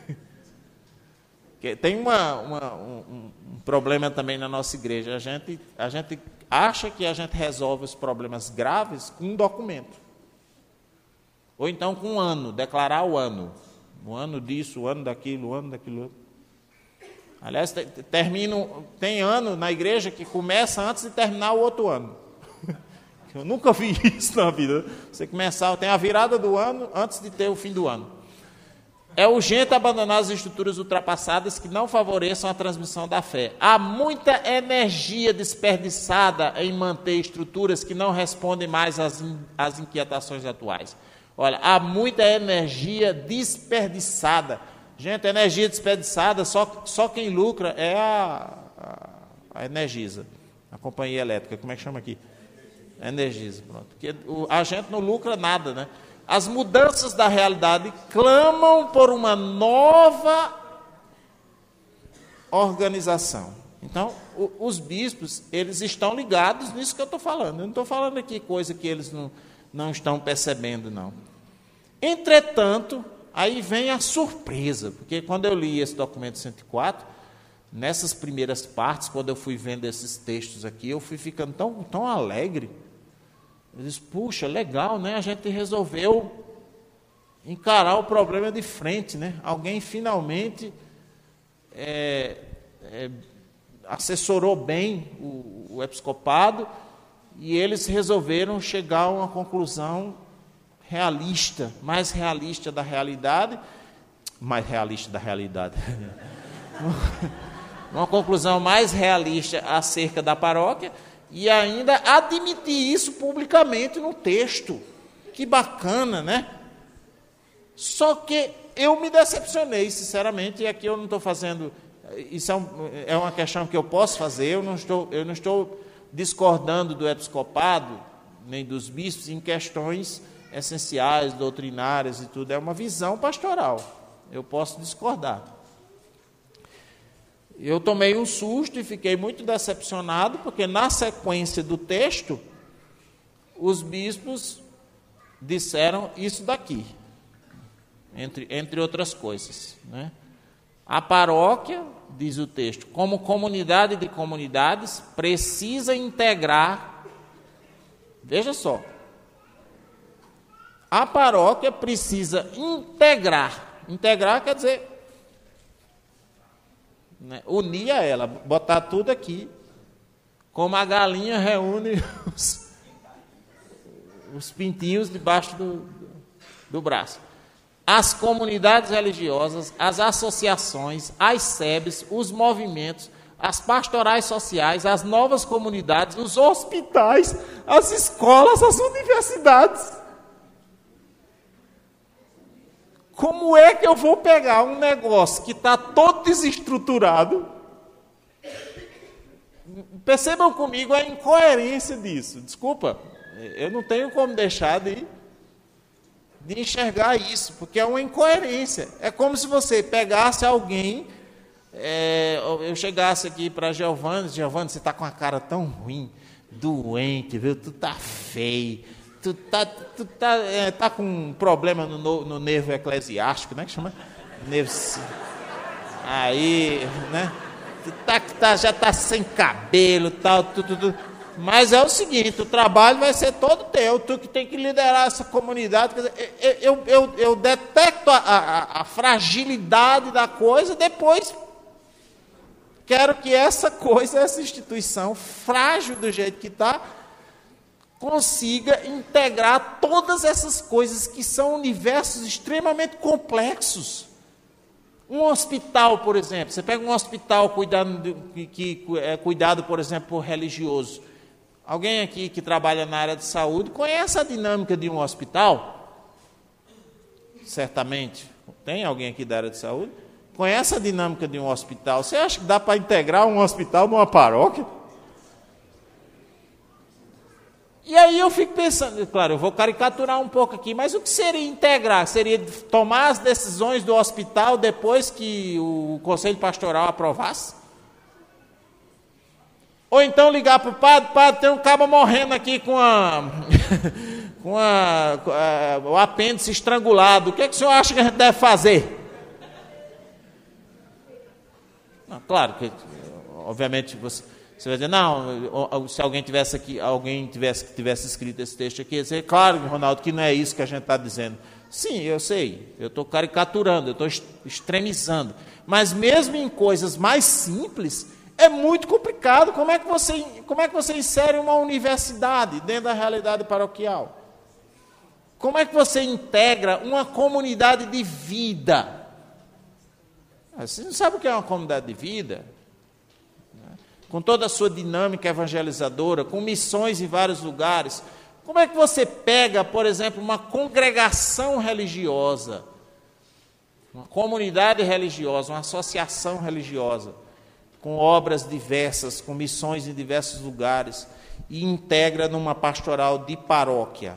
Tem um problema também na nossa igreja. A gente acha que a gente resolve os problemas graves com um documento. Ou então com um ano, declarar o ano. O ano disso, o ano daquilo, o ano daquilo outro. Aliás, tem ano na igreja que começa antes de terminar o outro ano. Eu nunca vi isso na vida. Você tem a virada do ano antes de ter o fim do ano. É urgente abandonar as estruturas ultrapassadas que não favoreçam a transmissão da fé. Há muita energia desperdiçada em manter estruturas que não respondem mais às inquietações atuais. Olha, há muita energia desperdiçada. Gente, energia desperdiçada, só quem lucra é a Energisa, a companhia elétrica. Como é que chama aqui? Energisa, pronto. Porque a gente não lucra nada, né? As mudanças da realidade clamam por uma nova organização. Então, os bispos, eles estão ligados nisso que eu estou falando. Eu não estou falando aqui coisa que eles não estão percebendo, não. Entretanto, aí vem a surpresa, porque quando eu li esse documento 104, nessas primeiras partes, quando eu fui vendo esses textos aqui, eu fui ficando tão alegre. Eu disse, puxa, legal, né? A gente resolveu encarar o problema de frente, né? Alguém finalmente assessorou bem o episcopado e eles resolveram chegar a uma conclusão realista, mais realista da realidade, uma conclusão mais realista acerca da paróquia e ainda admitir isso publicamente no texto. Que bacana, né? Só que eu me decepcionei, sinceramente, e aqui eu não estou fazendo... Isso é uma questão que eu posso fazer, eu não estou discordando do episcopado, nem dos bispos, em questões essenciais, doutrinárias e tudo, é uma visão pastoral, eu posso discordar. Eu tomei um susto e fiquei muito decepcionado, porque na sequência do texto, os bispos disseram isso daqui, entre outras coisas, né? A paróquia, diz o texto, como comunidade de comunidades, precisa integrar, veja só, a paróquia precisa integrar quer dizer, né, unir a ela, botar tudo aqui, como a galinha reúne os pintinhos debaixo do braço. As comunidades religiosas, as associações, as SEBs, os movimentos, as pastorais sociais, as novas comunidades, os hospitais, as escolas, as universidades. Como é que eu vou pegar um negócio que está todo desestruturado? Percebam comigo a incoerência disso. Desculpa, eu não tenho como deixar de enxergar isso, porque é uma incoerência. É como se você pegasse alguém, eu chegasse aqui para Giovanni, você está com a cara tão ruim, doente, viu? Tu tá feio, tu tá com um problema no nervo eclesiástico, né? Que chama? Nervo. Aí, né? Já tá sem cabelo, tal, tudo. Mas é o seguinte, o trabalho vai ser todo teu, tu que tem que liderar essa comunidade. Quer dizer, eu detecto a fragilidade da coisa, depois quero que essa coisa, essa instituição, frágil do jeito que está, consiga integrar todas essas coisas que são universos extremamente complexos. Um hospital, por exemplo, você pega um hospital que é cuidado, por exemplo, por religioso. Alguém aqui que trabalha na área de saúde conhece a dinâmica de um hospital? Certamente. Tem alguém aqui da área de saúde? Conhece a dinâmica de um hospital? Você acha que dá para integrar um hospital numa paróquia? E aí eu fico pensando, claro, eu vou caricaturar um pouco aqui, mas o que seria integrar? Seria tomar as decisões do hospital depois que o Conselho Pastoral aprovasse? Ou então ligar para o padre, tem um cabo morrendo aqui com o apêndice estrangulado. O que o senhor acha que a gente deve fazer? Não, claro que, obviamente, você vai dizer, não, se alguém tivesse escrito esse texto aqui, ia dizer, claro, Ronaldo, que não é isso que a gente está dizendo. Sim, eu sei, eu estou caricaturando, eu estou extremizando. Mas mesmo em coisas mais simples, é muito complicado. Como é que você insere uma universidade dentro da realidade paroquial? Como é que você integra uma comunidade de vida? Você não sabe o que é uma comunidade de vida? Com toda a sua dinâmica evangelizadora, com missões em vários lugares. Como é que você pega, por exemplo, uma congregação religiosa, uma comunidade religiosa, uma associação religiosa, com obras diversas, com missões em diversos lugares, e integra numa pastoral de paróquia?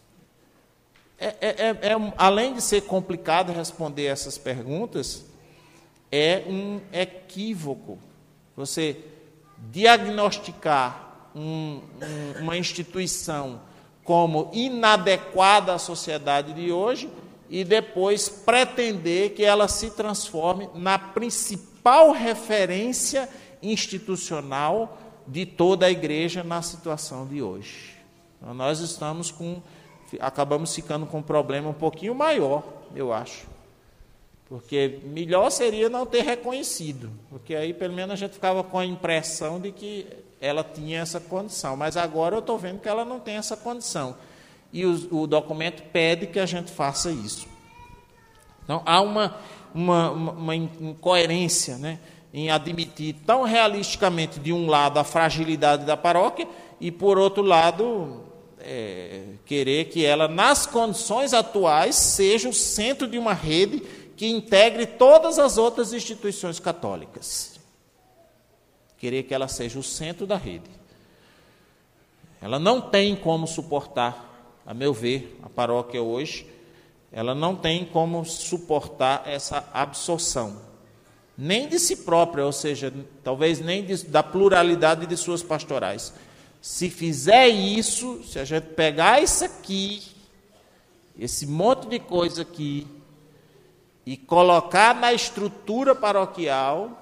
Além de ser complicado responder essas perguntas, é um equívoco você diagnosticar uma instituição como inadequada à sociedade de hoje e depois pretender que ela se transforme na principal referência institucional de toda a igreja na situação de hoje. Então, nós acabamos ficando com um problema um pouquinho maior, eu acho. Porque melhor seria não ter reconhecido, porque aí pelo menos a gente ficava com a impressão de que ela tinha essa condição, mas agora eu estou vendo que ela não tem essa condição. E o documento pede que a gente faça isso. Então, há uma incoerência, né, em admitir tão realisticamente, de um lado, a fragilidade da paróquia, e, por outro lado, querer que ela, nas condições atuais, seja o centro de uma rede que integre todas as outras instituições católicas. Querer que ela seja o centro da rede. Ela não tem como suportar, a meu ver, a paróquia hoje, ela não tem como suportar essa absorção, nem de si própria, ou seja, talvez nem da pluralidade de suas pastorais. Se fizer isso, se a gente pegar isso aqui, esse monte de coisa aqui, e colocar na estrutura paroquial,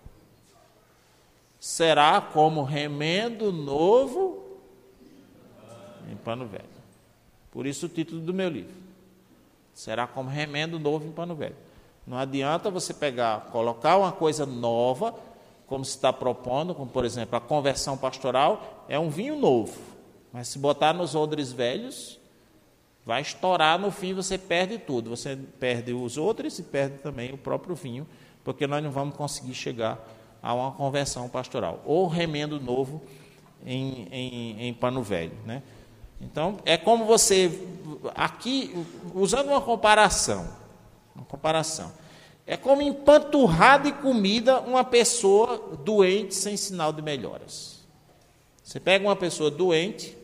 será como remendo novo em pano velho. Por isso o título do meu livro. Será como remendo novo em pano velho. Não adianta você colocar uma coisa nova, como se está propondo, como por exemplo a conversão pastoral, é um vinho novo. Mas se botar nos odres velhos, vai estourar, no fim você perde tudo. Você perde os odres e perde também o próprio vinho, porque nós não vamos conseguir chegar a uma conversão pastoral. Ou remendo novo em pano velho, né? Então, é como você, aqui, usando uma comparação, é como empanturrar de comida uma pessoa doente sem sinal de melhoras. Você pega uma pessoa doente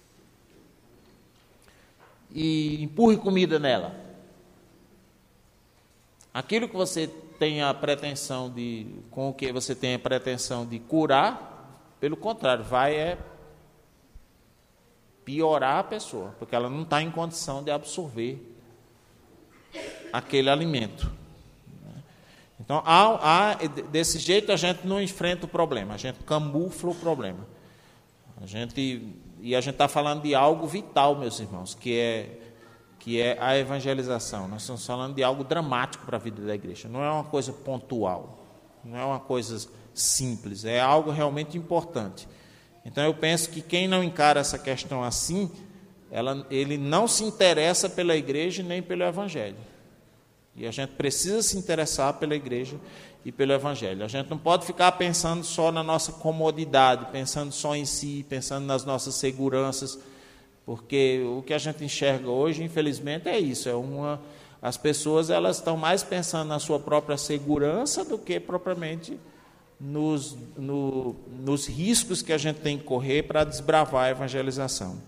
e empurre comida nela. Aquilo que você tem a pretensão com o que você tem a pretensão de curar, pelo contrário, vai piorar a pessoa, porque ela não está em condição de absorver aquele alimento. Então, desse jeito a gente não enfrenta o problema, a gente camufla o problema. A gente está falando de algo vital, meus irmãos, que é a evangelização. Nós estamos falando de algo dramático para a vida da igreja. Não é uma coisa pontual, não é uma coisa simples, é algo realmente importante. Então eu penso que quem não encara essa questão assim, ele não se interessa pela igreja nem pelo evangelho. E a gente precisa se interessar pela igreja e pelo evangelho. A gente não pode ficar pensando só na nossa comodidade, pensando só em si, pensando nas nossas seguranças, porque o que a gente enxerga hoje, infelizmente, é isso. As pessoas elas estão mais pensando na sua própria segurança do que propriamente nos riscos que a gente tem que correr para desbravar a evangelização.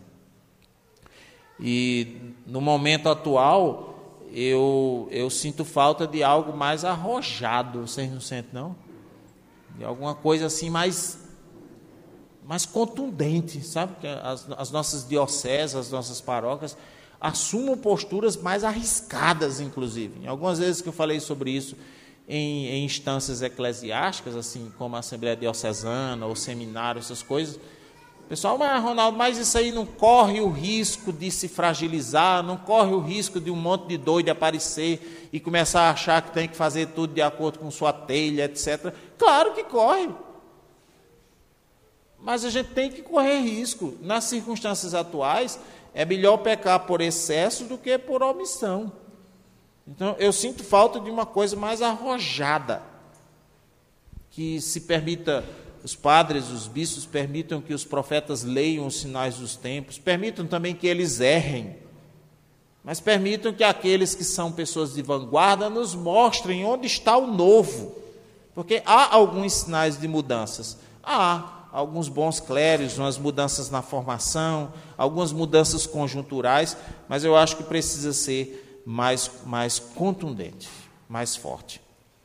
E no momento atual, eu sinto falta de algo mais arrojado, vocês não sentem, não? De alguma coisa assim mais contundente, sabe? Que as nossas dioceses, as nossas paróquias assumam posturas mais arriscadas, inclusive. Em algumas vezes que eu falei sobre isso em instâncias eclesiásticas, assim como a Assembleia Diocesana ou seminário, essas coisas, pessoal, mas Ronaldo, mas isso aí não corre o risco de se fragilizar, não corre o risco de um monte de doido aparecer e começar a achar que tem que fazer tudo de acordo com sua telha, etc. Claro que corre. Mas a gente tem que correr risco. Nas circunstâncias atuais, é melhor pecar por excesso do que por omissão. Então, eu sinto falta de uma coisa mais arrojada, que se permita, os padres, os bispos, permitam que os profetas leiam os sinais dos tempos, permitam também que eles errem, mas permitam que aqueles que são pessoas de vanguarda nos mostrem onde está o novo, porque há alguns sinais de mudanças, há alguns bons clérigos, umas mudanças na formação, algumas mudanças conjunturais, mas eu acho que precisa ser mais contundente, mais forte.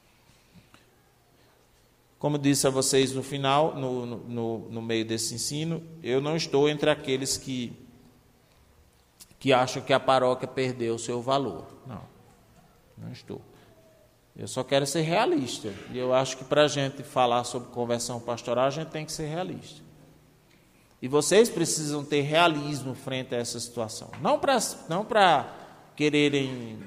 Como disse a vocês no final, no meio desse ensino, eu não estou entre aqueles que que acham que a paróquia perdeu o seu valor. Não estou. Eu só quero ser realista. E eu acho que para a gente falar sobre conversão pastoral, a gente tem que ser realista. E vocês precisam ter realismo frente a essa situação. Não para quererem,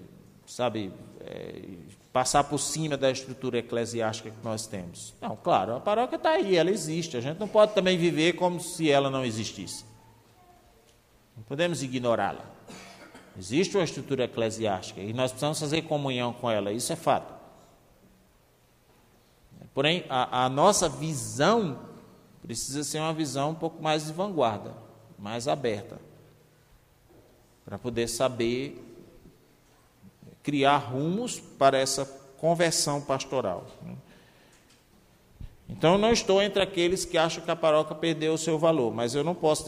passar por cima da estrutura eclesiástica que nós temos. Não, claro, a paróquia está aí, ela existe. A gente não pode também viver como se ela não existisse. Não podemos ignorá-la. Existe uma estrutura eclesiástica e nós precisamos fazer comunhão com ela, isso é fato. Porém, a nossa visão precisa ser uma visão um pouco mais de vanguarda, mais aberta, para poder saber criar rumos para essa conversão pastoral. Então, eu não estou entre aqueles que acham que a paróquia perdeu o seu valor, mas eu não posso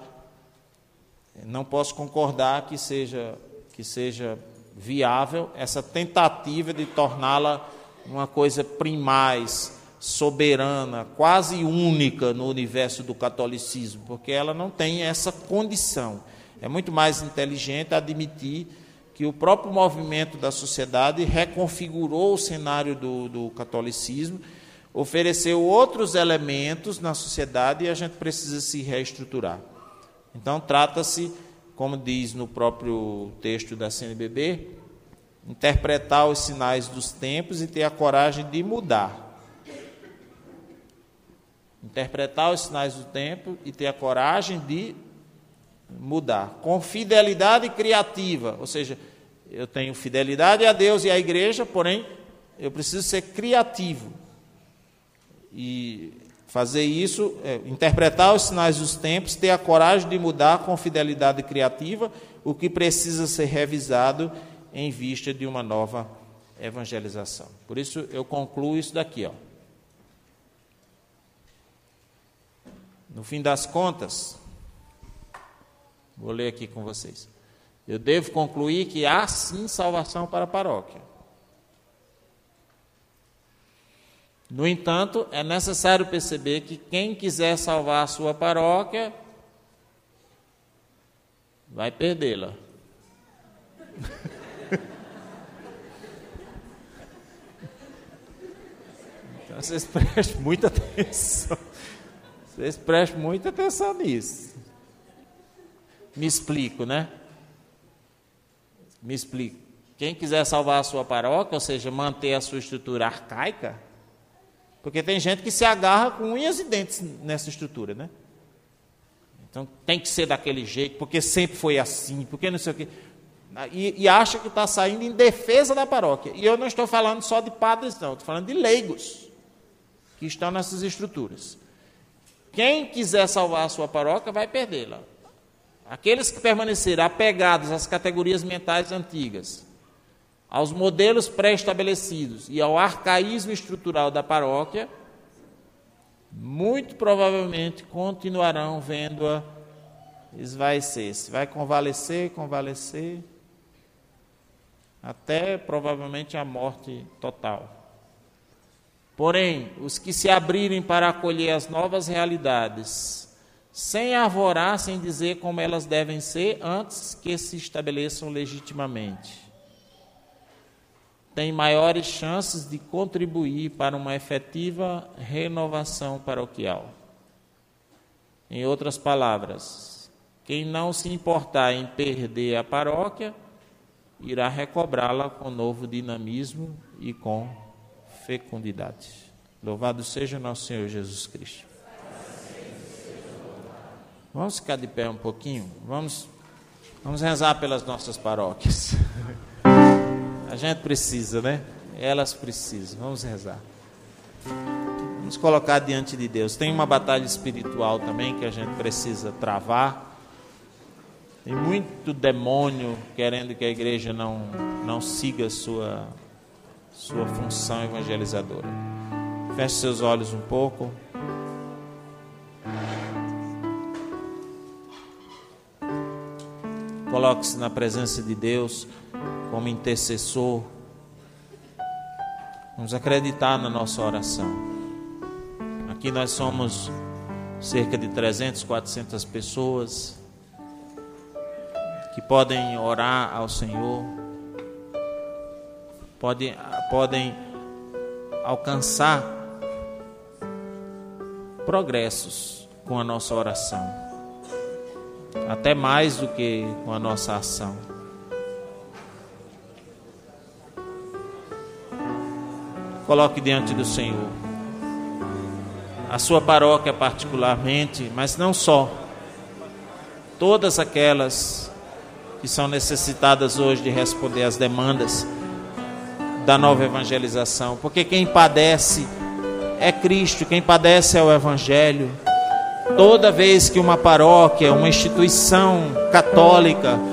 concordar que seja viável essa tentativa de torná-la uma coisa primaz, soberana, quase única no universo do catolicismo, porque ela não tem essa condição. É muito mais inteligente admitir que o próprio movimento da sociedade reconfigurou o cenário do catolicismo, ofereceu outros elementos na sociedade e a gente precisa se reestruturar. Então, trata-se, como diz no próprio texto da CNBB, interpretar os sinais dos tempos e ter a coragem de mudar. Interpretar os sinais do tempo e ter a coragem de mudar. Com fidelidade criativa, ou seja, eu tenho fidelidade a Deus e à igreja, porém, eu preciso ser criativo. E fazer isso, interpretar os sinais dos tempos, ter a coragem de mudar com fidelidade criativa o que precisa ser revisado em vista de uma nova evangelização. Por isso, eu concluo isso daqui. No fim das contas, vou ler aqui com vocês. Eu devo concluir que há sim salvação para a paróquia. No entanto, é necessário perceber que quem quiser salvar a sua paróquia vai perdê-la. Então vocês prestem muita atenção. Vocês prestem muita atenção nisso. Me explico, né? Me explico. Quem quiser salvar a sua paróquia, ou seja, manter a sua estrutura arcaica, porque tem gente que se agarra com unhas e dentes nessa estrutura, né? Então tem que ser daquele jeito, porque sempre foi assim, porque não sei o quê. E acha que está saindo em defesa da paróquia. E eu não estou falando só de padres, não. Estou falando de leigos que estão nessas estruturas. Quem quiser salvar a sua paróquia vai perdê-la. Aqueles que permaneceram apegados às categorias mentais antigas, aos modelos pré-estabelecidos e ao arcaísmo estrutural da paróquia, muito provavelmente continuarão vendo-a esvaecer-se. Vai convalescer, até provavelmente a morte total. Porém, os que se abrirem para acolher as novas realidades, sem arvorar, sem dizer como elas devem ser, antes que se estabeleçam legitimamente, têm maiores chances de contribuir para uma efetiva renovação paroquial. Em outras palavras, quem não se importar em perder a paróquia, irá recobrá-la com novo dinamismo e com fecundidade. Louvado seja nosso Senhor Jesus Cristo. Vamos ficar de pé um pouquinho? Vamos rezar pelas nossas paróquias. A gente precisa, né? Elas precisam. Vamos rezar. Vamos colocar diante de Deus. Tem uma batalha espiritual também que a gente precisa travar. Tem muito demônio querendo que a igreja não siga sua função evangelizadora. Feche seus olhos um pouco. Coloque-se na presença de Deus como intercessor. Vamos acreditar na nossa oração. Aqui nós somos cerca de 300, 400 pessoas. que podem orar ao Senhor, podem alcançar progressos com a nossa oração, até mais do que com a nossa ação. Coloque diante do Senhor a sua paróquia particularmente, mas não só, todas aquelas que são necessitadas hoje de responder às demandas da nova evangelização, porque quem padece é Cristo, quem padece é o Evangelho. Toda vez que uma paróquia, uma instituição católica